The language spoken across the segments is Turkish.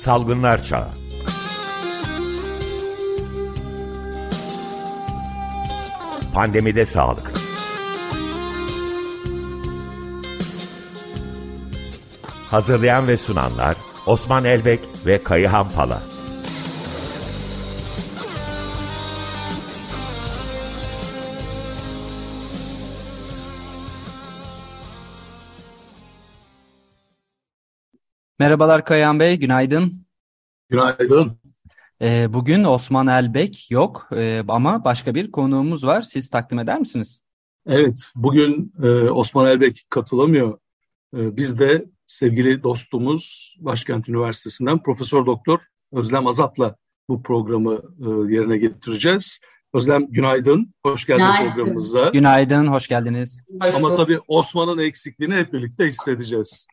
Salgınlar Çağı. Pandemide sağlık. Hazırlayan ve sunanlar Osman Elbek ve Kayıhan Pala. Merhabalar Kayhan Bey, günaydın. Günaydın. Bugün Osman Elbek yok ama başka bir konuğumuz var. Siz takdim eder misiniz? Evet, bugün Osman Elbek katılamıyor. Biz de sevgili dostumuz Başkent Üniversitesi'nden Profesör Doktor Özlem Azap'la bu programı yerine getireceğiz. Özlem günaydın, hoş geldin Günaydın. programımıza. Günaydın, hoş geldiniz. Hoş Ama bulduk. tabii Osman'ın eksikliğini hep birlikte hissedeceğiz.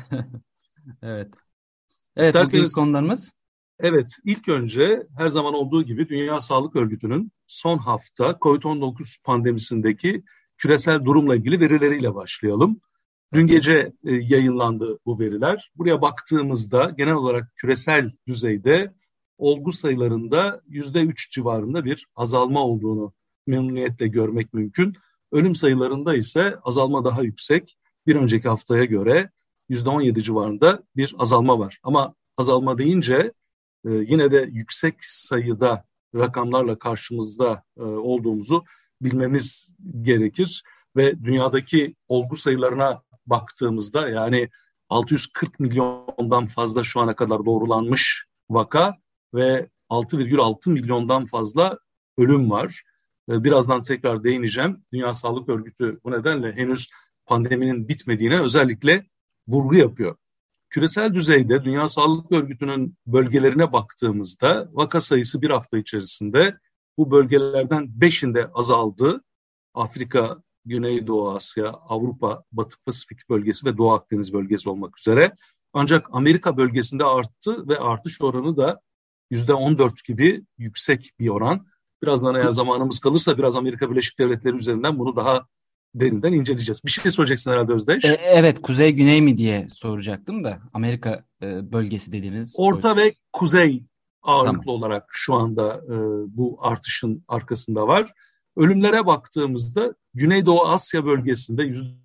Evet. Evet, bugün İsterseniz, konularımız. evet, ilk önce her zaman olduğu gibi Dünya Sağlık Örgütü'nün son hafta COVID-19 pandemisindeki küresel durumla ilgili verileriyle başlayalım. Dün gece yayınlandı bu veriler. Buraya baktığımızda genel olarak küresel düzeyde olgu sayılarında %3 civarında bir azalma olduğunu memnuniyetle görmek mümkün. Ölüm sayılarında ise azalma daha yüksek. Bir önceki haftaya göre %17 civarında bir azalma var. Ama azalma deyince yine de yüksek sayıda rakamlarla karşımızda olduğumuzu bilmemiz gerekir. Ve dünyadaki olgu sayılarına baktığımızda yani 640 milyondan fazla şu ana kadar doğrulanmış vaka ve 6,6 milyondan fazla ölüm var. Birazdan tekrar değineceğim. Dünya Sağlık Örgütü bu nedenle henüz pandeminin bitmediğine özellikle vurgu yapıyor. Küresel düzeyde Dünya Sağlık Örgütü'nün bölgelerine baktığımızda vaka sayısı bir hafta içerisinde bu bölgelerden 5'inde azaldı. Afrika, Güneydoğu Asya, Avrupa, Batı Pasifik bölgesi ve Doğu Akdeniz bölgesi olmak üzere. Ancak Amerika bölgesinde arttı ve artış oranı da %14 gibi yüksek bir oran. Birazdan eğer zamanımız kalırsa biraz Amerika Birleşik Devletleri üzerinden bunu daha derinden inceleyeceğiz. Bir şey söyleyeceksin herhalde Özdeş. Evet, kuzey güney mi diye soracaktım da Amerika bölgesi dediniz. Orta ve kuzey ağırlıklı Tamam. olarak şu anda bu artışın arkasında var. Ölümlere baktığımızda Güneydoğu Asya bölgesinde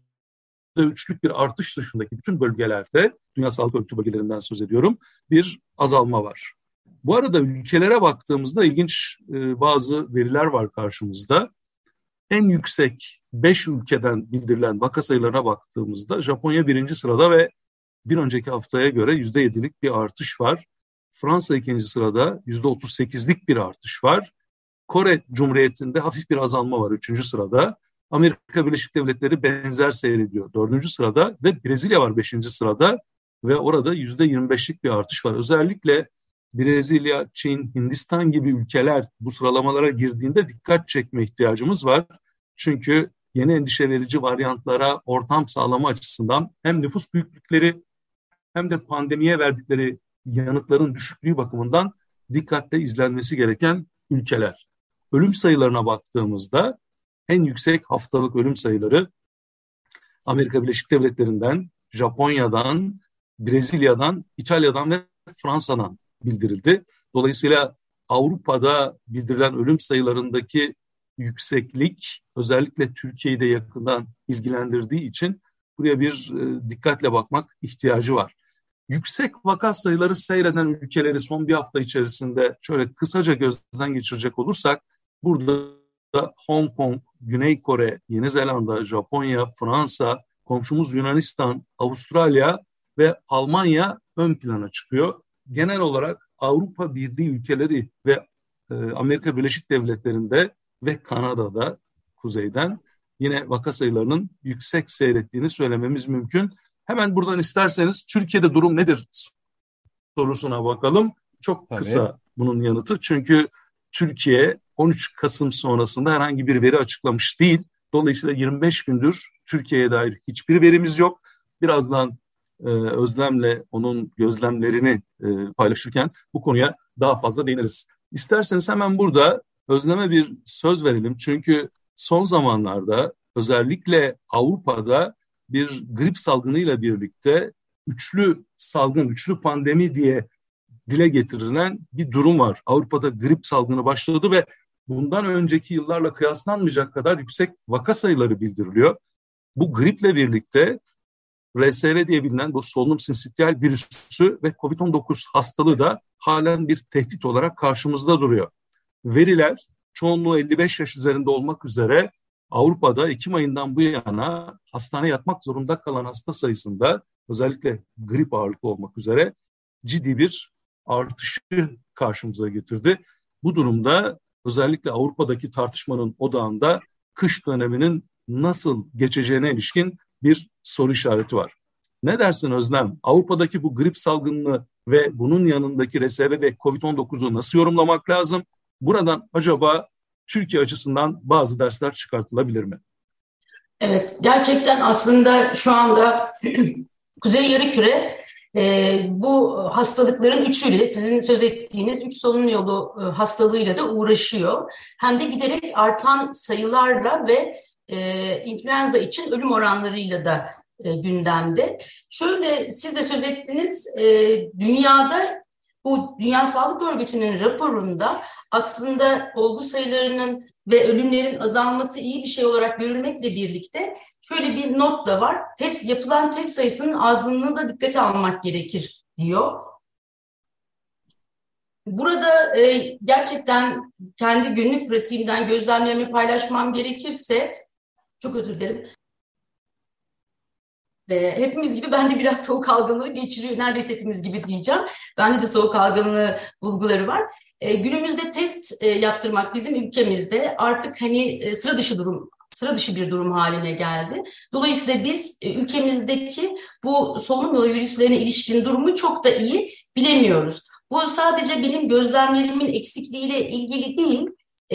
%3'lük bir artış dışındaki bütün bölgelerde, Dünya Sağlık Örgütü bölgelerinden söz ediyorum, bir azalma var. Bu arada ülkelere baktığımızda ilginç bazı veriler var karşımızda. En yüksek 5 ülkeden bildirilen vaka sayılarına baktığımızda Japonya birinci sırada ve bir önceki haftaya göre %7'lik bir artış var. Fransa ikinci sırada %38'lik bir artış var. Kore Cumhuriyeti'nde hafif bir azalma var 3. sırada. Amerika Birleşik Devletleri benzer seyrediyor 4. sırada ve Brezilya var 5. sırada ve orada %25'lik bir artış var. Özellikle Brezilya, Çin, Hindistan gibi ülkeler bu sıralamalara girdiğinde dikkat çekme ihtiyacımız var. Çünkü yeni endişe verici varyantlara ortam sağlama açısından hem nüfus büyüklükleri hem de pandemiye verdikleri yanıtların düşüklüğü bakımından dikkatle izlenmesi gereken ülkeler. Ölüm sayılarına baktığımızda en yüksek haftalık ölüm sayıları Amerika Birleşik Devletleri'nden, Japonya'dan, Brezilya'dan, İtalya'dan ve Fransa'dan bildirildi. Dolayısıyla Avrupa'da bildirilen ölüm sayılarındaki yükseklik özellikle Türkiye'yi de yakından ilgilendirdiği için buraya bir dikkatle bakmak ihtiyacı var. Yüksek vaka sayıları seyreden ülkeleri son bir hafta içerisinde şöyle kısaca gözden geçirecek olursak burada Hong Kong, Güney Kore, Yeni Zelanda, Japonya, Fransa, komşumuz Yunanistan, Avustralya ve Almanya ön plana çıkıyor. Genel olarak Avrupa Birliği ülkeleri ve Amerika Birleşik Devletleri'nde ve Kanada'da kuzeyden yine vaka sayılarının yüksek seyrettiğini söylememiz mümkün. Hemen buradan isterseniz Türkiye'de durum nedir sorusuna bakalım. Çok kısa bunun yanıtı. Çünkü Türkiye 13 Kasım sonrasında herhangi bir veri açıklamış değil. Dolayısıyla 25 gündür Türkiye'ye dair hiçbir verimiz yok. Birazdan Özlem'le onun gözlemlerini paylaşırken bu konuya daha fazla değiniriz. İsterseniz hemen burada Özlem'e bir söz verelim. Çünkü son zamanlarda özellikle Avrupa'da bir grip salgınıyla birlikte üçlü salgın, üçlü pandemi diye dile getirilen bir durum var. Avrupa'da grip salgını başladı ve bundan önceki yıllarla kıyaslanmayacak kadar yüksek vaka sayıları bildiriliyor. Bu griple birlikte RSV diye bilinen bu solunum sinsitial virüsü ve COVID-19 hastalığı da halen bir tehdit olarak karşımızda duruyor. Veriler çoğunluğu 55 yaş üzerinde olmak üzere Avrupa'da Ekim ayından bu yana hastaneye yatmak zorunda kalan hasta sayısında özellikle grip ağırlıklı olmak üzere ciddi bir artışı karşımıza getirdi. Bu durumda özellikle Avrupa'daki tartışmanın odağında kış döneminin nasıl geçeceğine ilişkin bir soru işareti var. Ne dersin Özlem? Avrupa'daki bu grip salgınını ve bunun yanındaki RSV ve COVID-19'u nasıl yorumlamak lazım? Buradan acaba Türkiye açısından bazı dersler çıkartılabilir mi? Evet, gerçekten aslında şu anda Kuzey Yarımküre bu hastalıkların üçüyle, sizin söz ettiğiniz 3 solunum yolu hastalığıyla da uğraşıyor. Hem de giderek artan sayılarla ve influenza için ölüm oranlarıyla da gündemde. Şöyle, siz de söz ettiniz, dünyada bu Dünya Sağlık Örgütü'nün raporunda aslında olgu sayılarının ve ölümlerin azalması iyi bir şey olarak görülmekle birlikte şöyle bir not da var. Yapılan test sayısının azlığını da dikkate almak gerekir diyor. Burada gerçekten kendi günlük pratiğimden gözlemlerimi paylaşmam gerekirse, çok özür dilerim. Hepimiz gibi ben de biraz soğuk algınlığı geçiriyor. Neredeyse hepimiz gibi diyeceğim. Bende de soğuk algınlığı bulguları var. Günümüzde test yaptırmak bizim ülkemizde artık hani sıra dışı bir durum haline geldi. Dolayısıyla biz ülkemizdeki bu solunum yolu virüslerine ilişkin durumu çok da iyi bilemiyoruz. Bu sadece benim gözlemlerimin eksikliğiyle ilgili değil.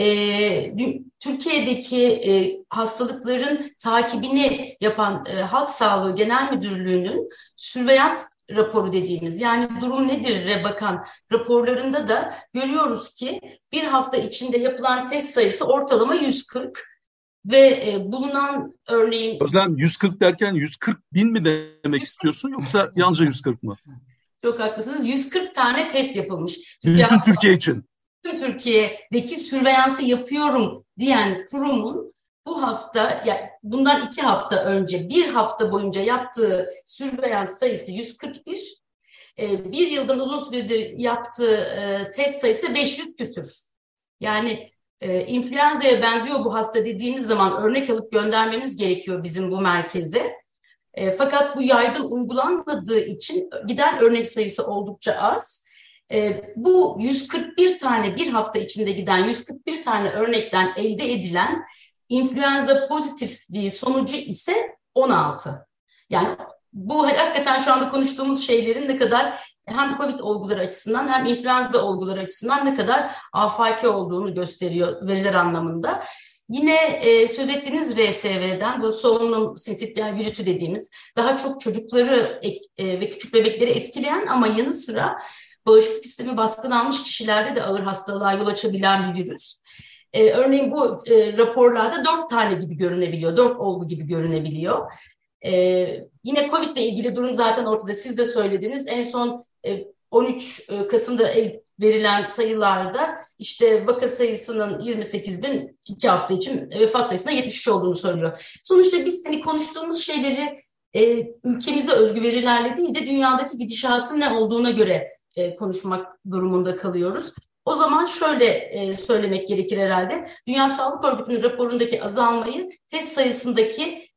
Türkiye'deki hastalıkların takibini yapan Halk Sağlığı Genel Müdürlüğü'nün sürveyans raporu dediğimiz, yani durum nedir'e bakan raporlarında da görüyoruz ki bir hafta içinde yapılan test sayısı ortalama 140 ve bulunan örneğin... Özlem, 140 derken 140 bin mi demek istiyorsun yoksa yalnızca 140 mı? Çok haklısınız. 140 tane test yapılmış. Bütün Türkiye için. Tüm Türkiye'deki sürveyansı yapıyorum diyen kurumun bu hafta, yani bundan 2 hafta önce bir hafta boyunca yaptığı sürveyans sayısı 141. Bir yıldan uzun süredir yaptığı test sayısı 500 küsür. Yani influenza'ya benziyor bu hasta dediğimiz zaman örnek alıp göndermemiz gerekiyor bizim bu merkeze. Fakat bu yaygın uygulanmadığı için giden örnek sayısı oldukça az. Bu 141 tane bir hafta içinde giden 141 tane örnekten elde edilen influenza pozitifliği sonucu ise 16. Yani bu hakikaten şu anda konuştuğumuz şeylerin ne kadar hem COVID olguları açısından hem influenza olguları açısından ne kadar afaki olduğunu gösteriyor veriler anlamında. Yine söz ettiğiniz RSV'den, bu solunum sinsitial virüsü dediğimiz daha çok çocukları ve küçük bebekleri etkileyen ama yanı sıra bağışıklık sistemi baskılanmış kişilerde de ağır hastalığa yol açabilen bir virüs. Örneğin bu raporlarda 4 tane gibi görünebiliyor, 4 olgu gibi görünebiliyor. Yine COVID ile ilgili durum zaten ortada, siz de söylediniz. En son 13 Kasım'da verilen sayılarda işte vaka sayısının 28 bin, 2 hafta için vefat sayısında 73 olduğunu söylüyor. Sonuçta biz hani konuştuğumuz şeyleri ülkemize özgü verilerle değil de dünyadaki gidişatın ne olduğuna göre konuşmak durumunda kalıyoruz. O zaman şöyle söylemek gerekir herhalde. Dünya Sağlık Örgütü'nün raporundaki azalmayı test sayısındaki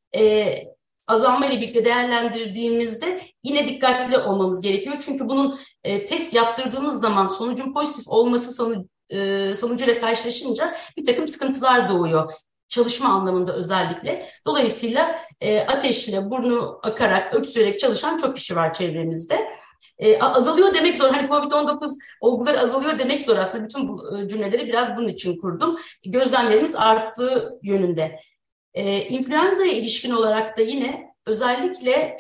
azalma ile birlikte değerlendirdiğimizde yine dikkatli olmamız gerekiyor. Çünkü bunun test yaptırdığımız zaman sonucun pozitif olması sonucuyla karşılaşınca bir takım sıkıntılar doğuyor. Çalışma anlamında özellikle. Dolayısıyla ateşle, burnu akarak, öksürerek çalışan çok kişi var çevremizde. Azalıyor demek zor. Hani COVID-19 olguları azalıyor demek zor aslında. Bütün bu cümleleri biraz bunun için kurdum. Gözlemlerimiz arttığı yönünde. İnfluenza'ya ilişkin olarak da yine özellikle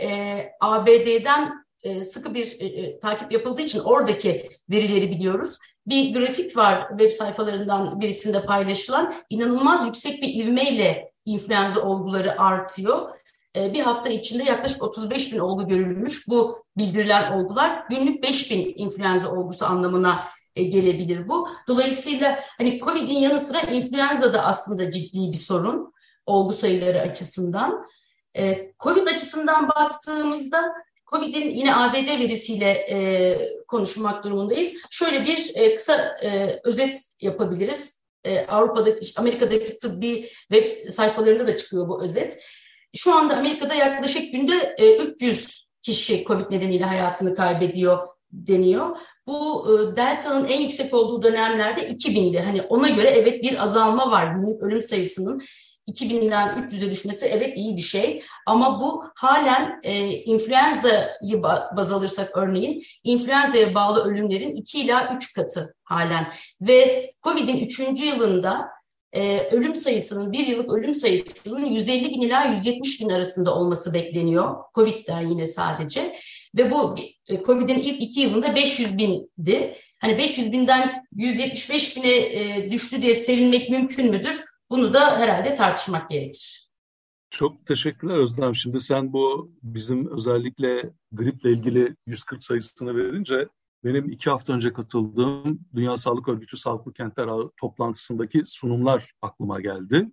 ABD'den sıkı bir takip yapıldığı için oradaki verileri biliyoruz. Bir grafik var web sayfalarından birisinde paylaşılan, inanılmaz yüksek bir ivmeyle influenza olguları artıyor. Bir hafta içinde yaklaşık 35 bin olgu görülmüş. Bu bildirilen olgular günlük 5 bin influenza olgusu anlamına gelebilir bu. Dolayısıyla hani Covid'in yanı sıra influenza da aslında ciddi bir sorun olgu sayıları açısından. Covid açısından baktığımızda Covid'in yine ABD verisiyle konuşmak durumundayız. Şöyle bir kısa özet yapabiliriz. Amerika'daki tıbbi web sayfalarında da çıkıyor bu özet. Şu anda Amerika'da yaklaşık günde 300 kişi Covid nedeniyle hayatını kaybediyor deniyor. Bu Delta'nın en yüksek olduğu dönemlerde 2000'di. Hani ona göre evet bir azalma var. Günlük ölüm sayısının 2000'den 300'e düşmesi evet iyi bir şey. Ama bu halen influenza'yı baz alırsak örneğin influenza'ya bağlı ölümlerin 2 ila 3 katı halen. Ve Covid'in 3. yılında ölüm sayısının, bir yıllık ölüm sayısının 150 bin ila 170 bin arasında olması bekleniyor. Covid'den yine sadece. Ve bu Covid'in ilk 2 yılında 500 bindi. Hani 500 binden 175 bine düştü diye sevinmek mümkün müdür? Bunu da herhalde tartışmak gerekir. Çok teşekkürler Özlem. Şimdi sen bu bizim özellikle griple ilgili 140 sayısını verince benim 2 hafta önce katıldığım Dünya Sağlık Örgütü Sağlıklı Kentler Ağı toplantısındaki sunumlar aklıma geldi.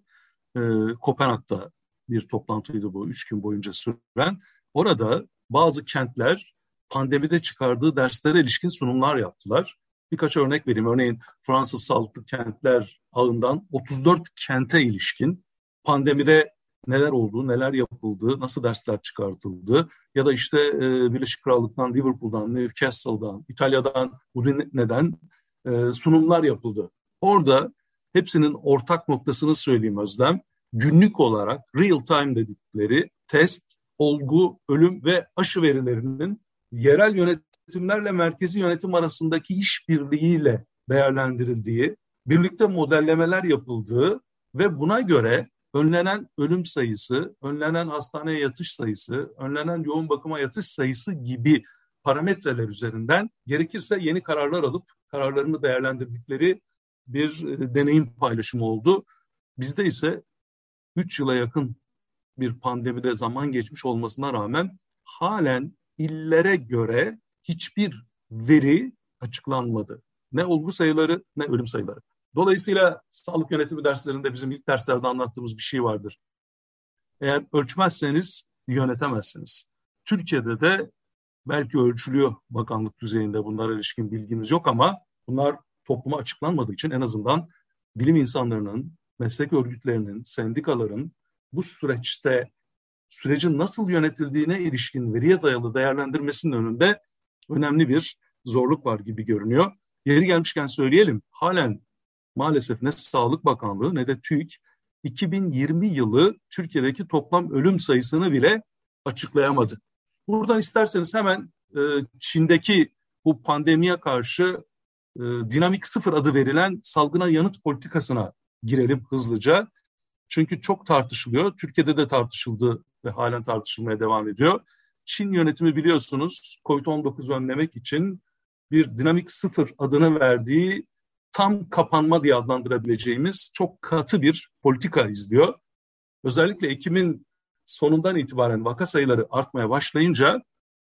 Kopenhag'da bir toplantıydı bu 3 gün boyunca süren. Orada bazı kentler pandemide çıkardığı derslere ilişkin sunumlar yaptılar. Birkaç örnek vereyim. Örneğin Fransız Sağlıklı Kentler Ağı'ndan 34 kente ilişkin pandemide neler olduğu, neler yapıldığı, nasıl dersler çıkartıldığı ya da işte Birleşik Krallık'tan, Liverpool'dan, Newcastle'dan, İtalya'dan, Udine'den sunumlar yapıldı. Orada hepsinin ortak noktasını söyleyeyim Özlem. Günlük olarak real time dedikleri test, olgu, ölüm ve aşı verilerinin yerel yönetimlerle merkezi yönetim arasındaki işbirliğiyle değerlendirildiği, birlikte modellemeler yapıldığı ve buna göre önlenen ölüm sayısı, önlenen hastaneye yatış sayısı, önlenen yoğun bakıma yatış sayısı gibi parametreler üzerinden gerekirse yeni kararlar alıp kararlarını değerlendirdikleri bir deneyim paylaşımı oldu. Bizde ise 3 yıla yakın bir pandemide zaman geçmiş olmasına rağmen halen illere göre hiçbir veri açıklanmadı. Ne olgu sayıları ne ölüm sayıları. Dolayısıyla sağlık yönetimi derslerinde bizim ilk derslerde anlattığımız bir şey vardır. Eğer ölçmezseniz yönetemezsiniz. Türkiye'de de belki ölçülüyor bakanlık düzeyinde, bunlara ilişkin bilgimiz yok ama bunlar topluma açıklanmadığı için en azından bilim insanlarının, meslek örgütlerinin, sendikaların bu süreçte sürecin nasıl yönetildiğine ilişkin veriye dayalı değerlendirmesinin önünde önemli bir zorluk var gibi görünüyor. Yeri gelmişken söyleyelim, halen maalesef ne Sağlık Bakanlığı ne de TÜİK 2020 yılı Türkiye'deki toplam ölüm sayısını bile açıklayamadı. Buradan isterseniz hemen Çin'deki bu pandemiye karşı dinamik sıfır adı verilen salgına yanıt politikasına girelim hızlıca. Çünkü çok tartışılıyor. Türkiye'de de tartışıldı ve halen tartışılmaya devam ediyor. Çin yönetimi biliyorsunuz COVID-19 önlemek için bir dinamik sıfır adını verdiği tam kapanma diye adlandırabileceğimiz çok katı bir politika izliyor. Özellikle Ekim'in sonundan itibaren vaka sayıları artmaya başlayınca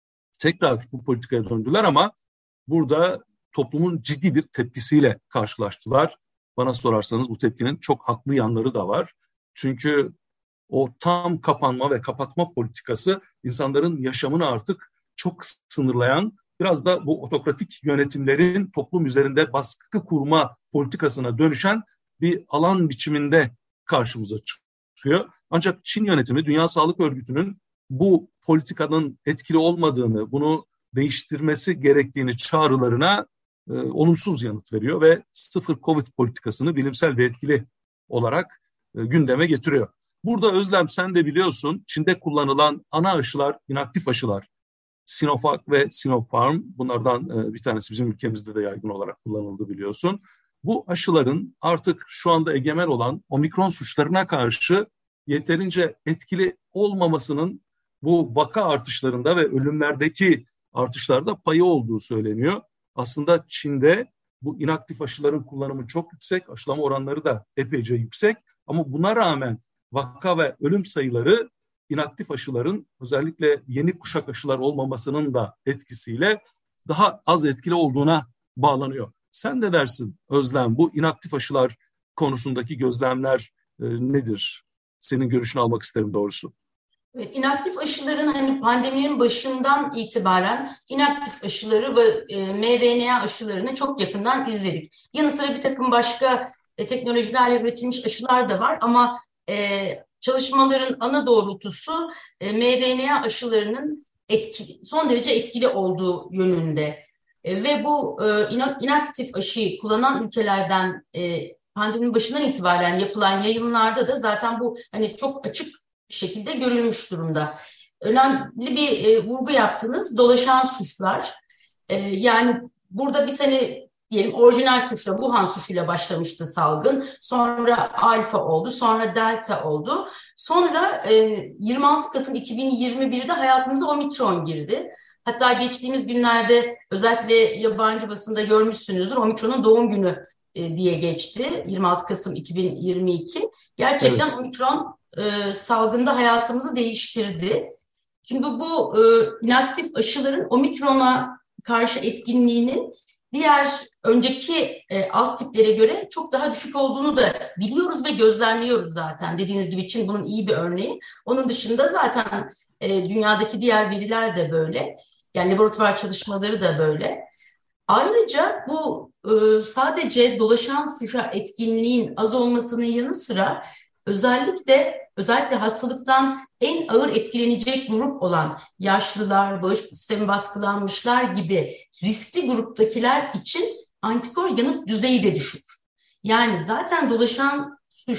tekrar bu politikaya döndüler ama burada toplumun ciddi bir tepkisiyle karşılaştılar. Bana sorarsanız bu tepkinin çok haklı yanları da var. Çünkü o tam kapanma ve kapatma politikası insanların yaşamını artık çok sınırlayan, biraz da bu otokratik yönetimlerin toplum üzerinde baskı kurma politikasına dönüşen bir alan biçiminde karşımıza çıkıyor. Ancak Çin yönetimi Dünya Sağlık Örgütü'nün bu politikanın etkili olmadığını, bunu değiştirmesi gerektiğini çağrılarına olumsuz yanıt veriyor ve sıfır Covid politikasını bilimsel ve etkili olarak gündeme getiriyor. Burada Özlem sen de biliyorsun Çin'de kullanılan ana aşılar inaktif aşılar. Sinovac ve Sinopharm, bunlardan bir tanesi bizim ülkemizde de yaygın olarak kullanıldı biliyorsun. Bu aşıların artık şu anda egemen olan omikron suçlarına karşı yeterince etkili olmamasının bu vaka artışlarında ve ölümlerdeki artışlarda payı olduğu söyleniyor. Aslında Çin'de bu inaktif aşıların kullanımı çok yüksek, aşılama oranları da epeyce yüksek ama buna rağmen vaka ve ölüm sayıları inaktif aşıların özellikle yeni kuşak aşılar olmamasının da etkisiyle daha az etkili olduğuna bağlanıyor. Sen ne dersin Özlem? Bu inaktif aşılar konusundaki gözlemler nedir? Senin görüşünü almak isterim doğrusu. Evet, inaktif aşıların hani pandeminin başından itibaren inaktif aşıları ve mRNA aşılarını çok yakından izledik. Yanı sıra bir takım başka teknolojilerle üretilmiş aşılar da var ama çalışmaların ana doğrultusu mRNA aşılarının son derece etkili olduğu yönünde. Ve bu inaktif aşıyı kullanan ülkelerden pandeminin başından itibaren yapılan yayınlarda da zaten bu hani çok açık bir şekilde görülmüş durumda. Önemli bir vurgu yaptınız, dolaşan suçlar. Yani burada bir sene diyelim orijinal suçla, Wuhan suçuyla başlamıştı salgın. Sonra alfa oldu, sonra delta oldu. Sonra 26 Kasım 2021'de hayatımıza omikron girdi. Hatta geçtiğimiz günlerde özellikle yabancı basında görmüşsünüzdür, omikronun doğum günü diye geçti. 26 Kasım 2022. Gerçekten evet. Omikron salgında hayatımızı değiştirdi. Şimdi bu inaktif aşıların omikrona karşı etkinliğinin diğer önceki alt tiplere göre çok daha düşük olduğunu da biliyoruz ve gözlemliyoruz zaten. Dediğiniz gibi Çin bunun iyi bir örneği. Onun dışında zaten dünyadaki diğer veriler de böyle. Yani laboratuvar çalışmaları da böyle. Ayrıca bu sadece dolaşan suça etkinliğin az olmasının yanı sıra özellikle hastalıktan en ağır etkilenecek grup olan yaşlılar, bağışıklık sistemi baskılanmışlar gibi riskli gruptakiler için antikor yanıt düzeyi de düşük. Yani zaten dolaşan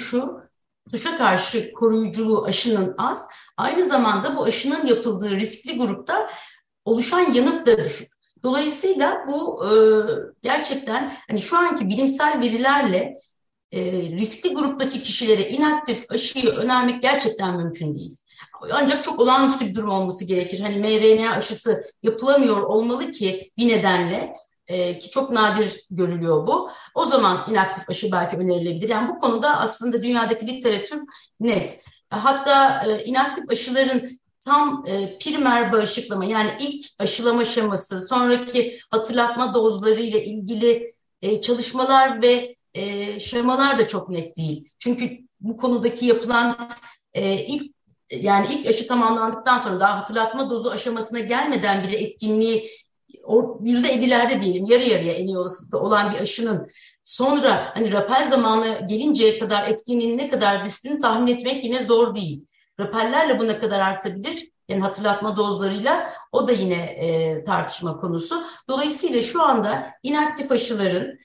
suça karşı koruyuculuğu aşının az, aynı zamanda bu aşının yapıldığı riskli grupta oluşan yanıt da düşük. Dolayısıyla bu gerçekten hani şu anki bilimsel verilerle riskli gruptaki kişilere inaktif aşıyı önermek gerçekten mümkün değil. Ancak çok olağanüstü bir durum olması gerekir. Hani mRNA aşısı yapılamıyor olmalı ki bir nedenle ki çok nadir görülüyor bu. O zaman inaktif aşı belki önerilebilir. Yani bu konuda aslında dünyadaki literatür net. Hatta inaktif aşıların tam primer bağışıklama yani ilk aşılama aşaması, sonraki hatırlatma dozları ile ilgili çalışmalar ve şemalar da çok net değil. Çünkü bu konudaki yapılan ilk aşı tamamlandıktan sonra daha hatırlatma dozu aşamasına gelmeden bile etkinliği %50'lerde diyelim, yarı yarıya en iyi olasılıkla olan bir aşının sonra hani rapel zamanı gelinceye kadar etkinliğinin ne kadar düştüğünü tahmin etmek yine zor değil. Rapellerle bu ne kadar artabilir? Yani hatırlatma dozlarıyla o da yine tartışma konusu. Dolayısıyla şu anda inaktif aşıların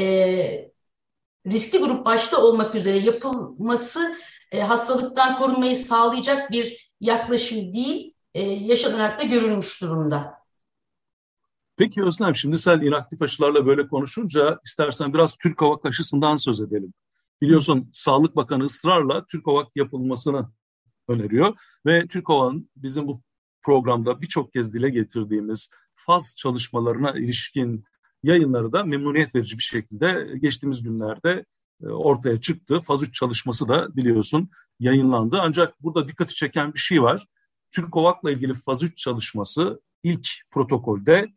riskli grup başta olmak üzere yapılması hastalıktan korunmayı sağlayacak bir yaklaşım değil, yaşanarak da görülmüş durumda. Peki Özlem, şimdi sen inaktif aşılarla böyle konuşunca istersen biraz Türkovak aşısından söz edelim. Biliyorsun Sağlık Bakanı ısrarla Türkovak yapılmasını öneriyor ve Türkovak'ın bizim bu programda birçok kez dile getirdiğimiz faz çalışmalarına ilişkin yayınları da memnuniyet verici bir şekilde geçtiğimiz günlerde ortaya çıktı. Faz 3 çalışması da biliyorsun yayınlandı. Ancak burada dikkati çeken bir şey var. Türkovak'la ilgili faz 3 çalışması ilk protokolde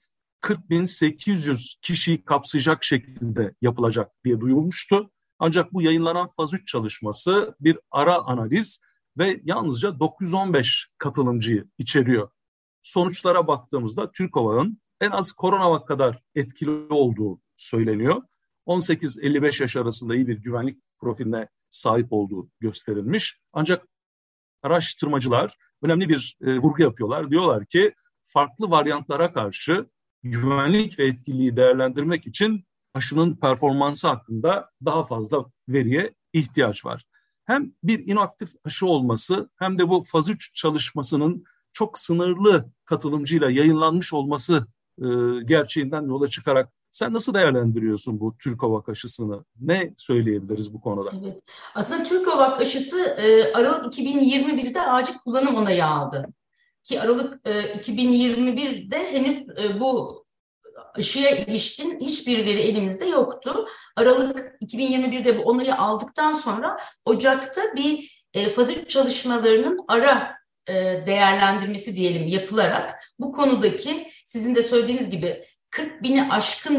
40.800 kişiyi kapsayacak şekilde yapılacak diye duyulmuştu. Ancak bu yayınlanan faz 3 çalışması bir ara analiz ve yalnızca 915 katılımcıyı içeriyor. Sonuçlara baktığımızda Türkovak'ın en az Coronavac kadar etkili olduğu söyleniyor. 18-55 yaş arasında iyi bir güvenlik profiline sahip olduğu gösterilmiş. Ancak araştırmacılar önemli bir vurgu yapıyorlar. Diyorlar ki farklı varyantlara karşı güvenlik ve etkililiği değerlendirmek için aşının performansı hakkında daha fazla veriye ihtiyaç var. Hem bir inaktif aşı olması hem de bu faz 3 çalışmasının çok sınırlı katılımcıyla yayınlanmış olması gerçeğinden yola çıkarak sen nasıl değerlendiriyorsun bu Türkovak aşısını? Ne söyleyebiliriz bu konuda? Evet. Aslında Türkovak aşısı Aralık 2021'de acil kullanım onayı aldı. Ki Aralık 2021'de henüz bu aşıya ilişkin hiçbir veri elimizde yoktu. Aralık 2021'de bu onayı aldıktan sonra Ocak'ta bir faz 3 çalışmalarının ara değerlendirmesi diyelim yapılarak bu konudaki sizin de söylediğiniz gibi 40 bini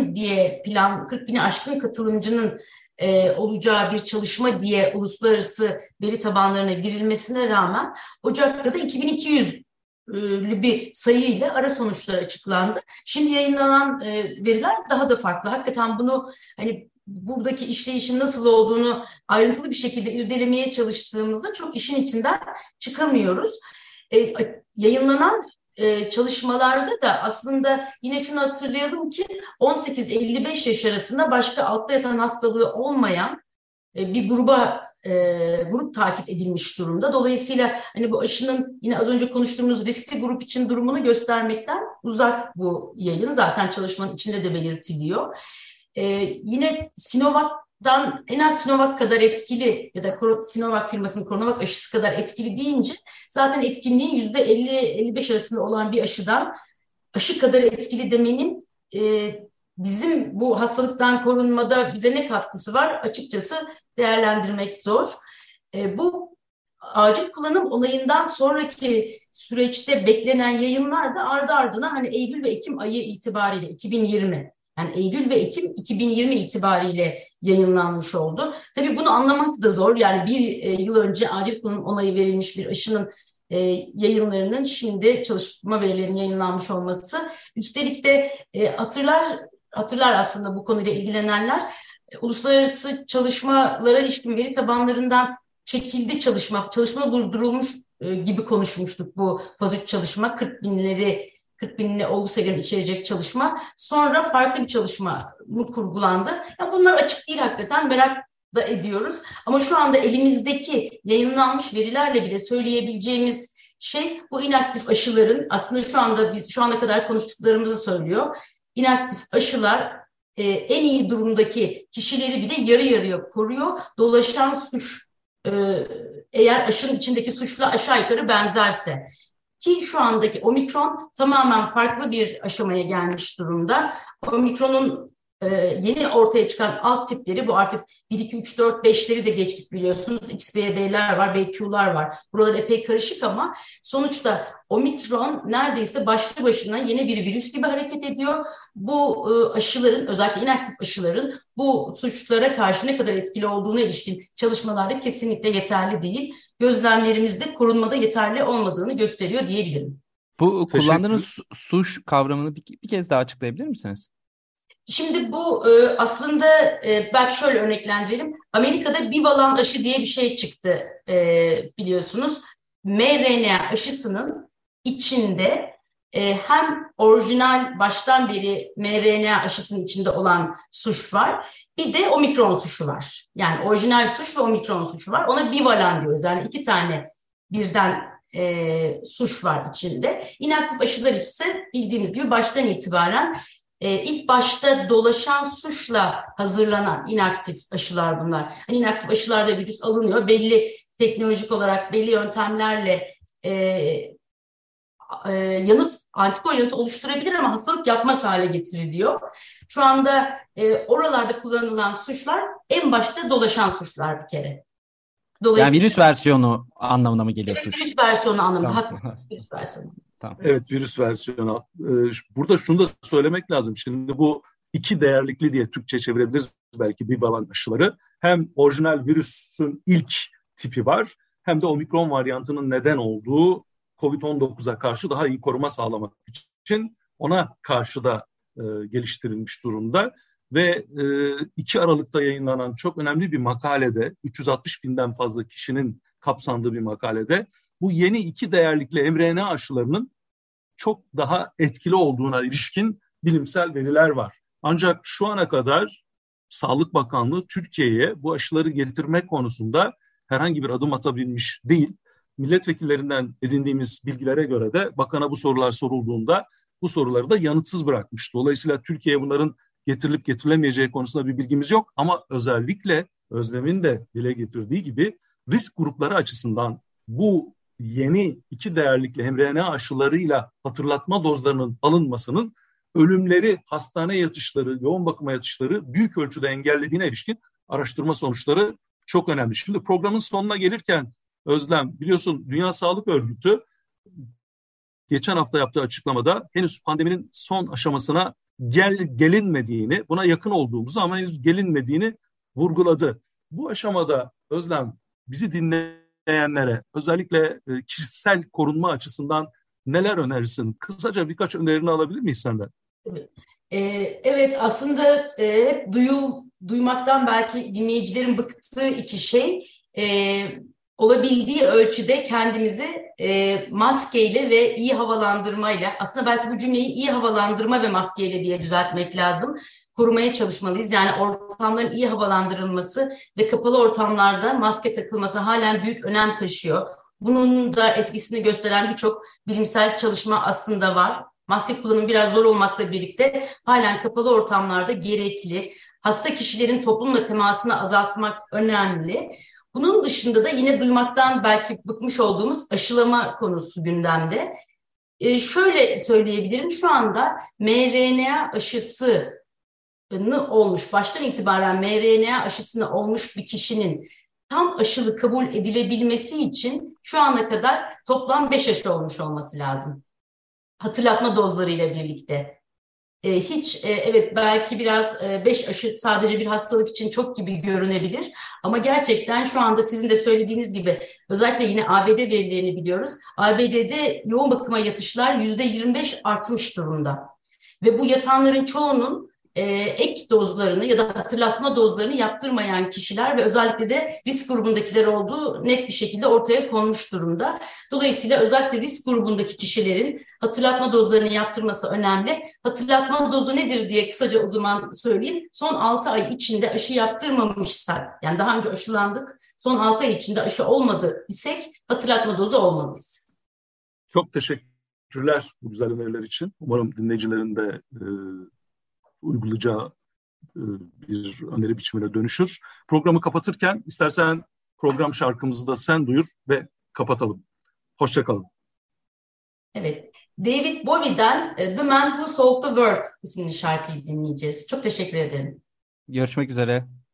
aşkın katılımcının olacağı bir çalışma diye uluslararası veri tabanlarına girilmesine rağmen Ocak'ta da 2200 bir sayı ile ara sonuçlar açıklandı. Şimdi yayınlanan veriler daha da farklı. Hakikaten bunu hani buradaki işleyişin nasıl olduğunu ayrıntılı bir şekilde irdelemeye çalıştığımızda çok işin içinden çıkamıyoruz. Yayınlanan çalışmalarda da aslında yine şunu hatırlayalım ki 18-55 yaş arasında başka altta yatan hastalığı olmayan bir grup takip edilmiş durumda. Dolayısıyla hani bu aşının yine az önce konuştuğumuz riskli grup için durumunu göstermekten uzak bu yayın. Zaten çalışmanın içinde de belirtiliyor. Yine Sinovac'dan en az Sinovac kadar etkili ya da Sinovac firmasının CoronaVac aşısı kadar etkili deyince zaten etkinliği %50-55 arasında olan bir aşı kadar etkili demenin bizim bu hastalıktan korunmada bize ne katkısı var açıkçası değerlendirmek zor. Bu acil kullanım onayından sonraki süreçte beklenen yayınlar da ardı ardına hani Eylül ve Ekim ayı itibariyle 2020 yani Eylül ve Ekim 2020 itibariyle yayınlanmış oldu. Tabii bunu anlamak da zor. Yani bir yıl önce acil kullanım onayı verilmiş bir aşının yayınlarının şimdi çalışma verilerinin yayınlanmış olması. Üstelik de hatırlar aslında bu konuyla ilgilenenler uluslararası çalışmalara ilişkin veri tabanlarından çekildi çalışma durdurulmuş gibi konuşmuştuk bu faz 3 çalışma 40 binli olgu sayılarını içerecek çalışma. Sonra farklı bir çalışma mı kurgulandı? Ya bunlar açık değil hakikaten merak da ediyoruz. Ama şu anda elimizdeki yayınlanmış verilerle bile söyleyebileceğimiz şey bu inaktif aşıların aslında şu ana kadar konuştuklarımızı söylüyor. İnaktif aşılar en iyi durumdaki kişileri bile yarı yarıya koruyor. Dolaşan suç eğer aşının içindeki suçla aşağı yukarı benzerse. Ki şu andaki omikron tamamen farklı bir aşamaya gelmiş durumda. Omikronun yeni ortaya çıkan alt tipleri bu artık 1, 2, 3, 4, 5'leri de geçtik biliyorsunuz. XBB'ler var, BQ'lar var. Buralar epey karışık ama sonuçta omikron neredeyse başlı başına yeni bir virüs gibi hareket ediyor. Bu aşıların özellikle inaktif aşıların bu suçlara karşı ne kadar etkili olduğuna ilişkin çalışmalarda kesinlikle yeterli değil. Gözlemlerimizde korunmada yeterli olmadığını gösteriyor diyebilirim. Bu kullandığınız suç kavramını bir kez daha açıklayabilir misiniz? Şimdi bu aslında belki şöyle örneklendirelim. Amerika'da bivalent aşı diye bir şey çıktı biliyorsunuz. mRNA aşısının içinde hem orijinal baştan beri mRNA aşısının içinde olan suç var. Bir de omikron suçu var. Yani orijinal suç ve omikron suçu var. Ona bivalent diyoruz. Yani 2 tane birden suç var içinde. İnaktif aşılar ise bildiğimiz gibi baştan itibaren ilk başta dolaşan suçla hazırlanan inaktif aşılar bunlar. Hani inaktif aşılarda virüs alınıyor. Belli teknolojik olarak belli yöntemlerle antikor yanıtı oluşturabilir ama hastalık yapmaz hale getiriliyor. Şu anda oralarda kullanılan suçlar en başta dolaşan suçlar bir kere. Yani virüs versiyonu anlamına mı geliyor suç? Virüs versiyonu anlamında. Tamam. Haklısınız. Virüs versiyonu. Tamam. Evet, virüs versiyonu. Burada şunu da söylemek lazım. Şimdi bu 2 değerlikli diye Türkçe çevirebiliriz belki bivalent aşıları. Hem orijinal virüsün ilk tipi var hem de omikron varyantının neden olduğu COVID-19'a karşı daha iyi koruma sağlamak için ona karşı da geliştirilmiş durumda. Ve 2 Aralık'ta yayınlanan çok önemli bir makalede 360 binden fazla kişinin kapsandığı bir makalede bu yeni 2 değerlikli mRNA aşılarının çok daha etkili olduğuna ilişkin bilimsel veriler var. Ancak şu ana kadar Sağlık Bakanlığı Türkiye'ye bu aşıları getirmek konusunda herhangi bir adım atabilmiş değil. Milletvekillerinden edindiğimiz bilgilere göre de bakana bu sorular sorulduğunda bu soruları da yanıtsız bırakmış. Dolayısıyla Türkiye'ye bunların getirilip getirilemeyeceği konusunda bir bilgimiz yok. Ama özellikle Özlem'in de dile getirdiği gibi risk grupları açısından bu yeni 2 değerlikli mRNA aşılarıyla hatırlatma dozlarının alınmasının ölümleri, hastane yatışları, yoğun bakıma yatışları büyük ölçüde engellediğine ilişkin araştırma sonuçları çok önemli. Şimdi programın sonuna gelirken Özlem biliyorsun Dünya Sağlık Örgütü geçen hafta yaptığı açıklamada henüz pandeminin son aşamasına gelinmediğini, buna yakın olduğumuzu ama henüz gelinmediğini vurguladı. Bu aşamada Özlem, bizi dinleyenlere özellikle kişisel korunma açısından neler önerirsin? Kısaca birkaç önerini alabilir miyiz senden? Evet, aslında hep duymaktan belki dinleyicilerin bıktığı iki şey, olabildiği ölçüde kendimizi maskeyle ve iyi havalandırmayla, aslında belki bu cümleyi iyi havalandırma ve maskeyle diye düzeltmek lazım, korumaya çalışmalıyız. Yani ortamların iyi havalandırılması ve kapalı ortamlarda maske takılması halen büyük önem taşıyor. Bunun da etkisini gösteren birçok bilimsel çalışma aslında var. Maske kullanımı biraz zor olmakla birlikte halen kapalı ortamlarda gerekli. Hasta kişilerin toplumla temasını azaltmak önemli. Bunun dışında da yine duymaktan belki bıkmış olduğumuz aşılama konusu gündemde. Şöyle söyleyebilirim, şu anda mRNA aşısını olmuş, baştan itibaren mRNA aşısını olmuş bir kişinin tam aşılı kabul edilebilmesi için şu ana kadar toplam 5 aşı olmuş olması lazım. Hatırlatma dozlarıyla birlikte. Evet, belki biraz 5 aşı sadece bir hastalık için çok gibi görünebilir. Ama gerçekten şu anda sizin de söylediğiniz gibi özellikle yine ABD verilerini biliyoruz. ABD'de yoğun bakıma yatışlar %25 artmış durumda. Ve bu yatanların çoğunun ek dozlarını ya da hatırlatma dozlarını yaptırmayan kişiler ve özellikle de risk grubundakiler olduğu net bir şekilde ortaya konmuş durumda. Dolayısıyla özellikle risk grubundaki kişilerin hatırlatma dozlarını yaptırması önemli. Hatırlatma dozu nedir diye kısaca o zaman söyleyeyim. Son 6 ay içinde aşı yaptırmamışsak, yani daha önce aşılandık, son 6 ay içinde aşı olmadı isek hatırlatma dozu olmalıyız. Çok teşekkürler bu güzel öneriler için. Umarım dinleyicilerin de uygulayacağı bir öneri biçimine dönüşür. Programı kapatırken istersen program şarkımızı da sen duyur ve kapatalım. Hoşça kalın. Evet, David Bowie'den The Man Who Sold the World isimli şarkıyı dinleyeceğiz. Çok teşekkür ederim. Görüşmek üzere.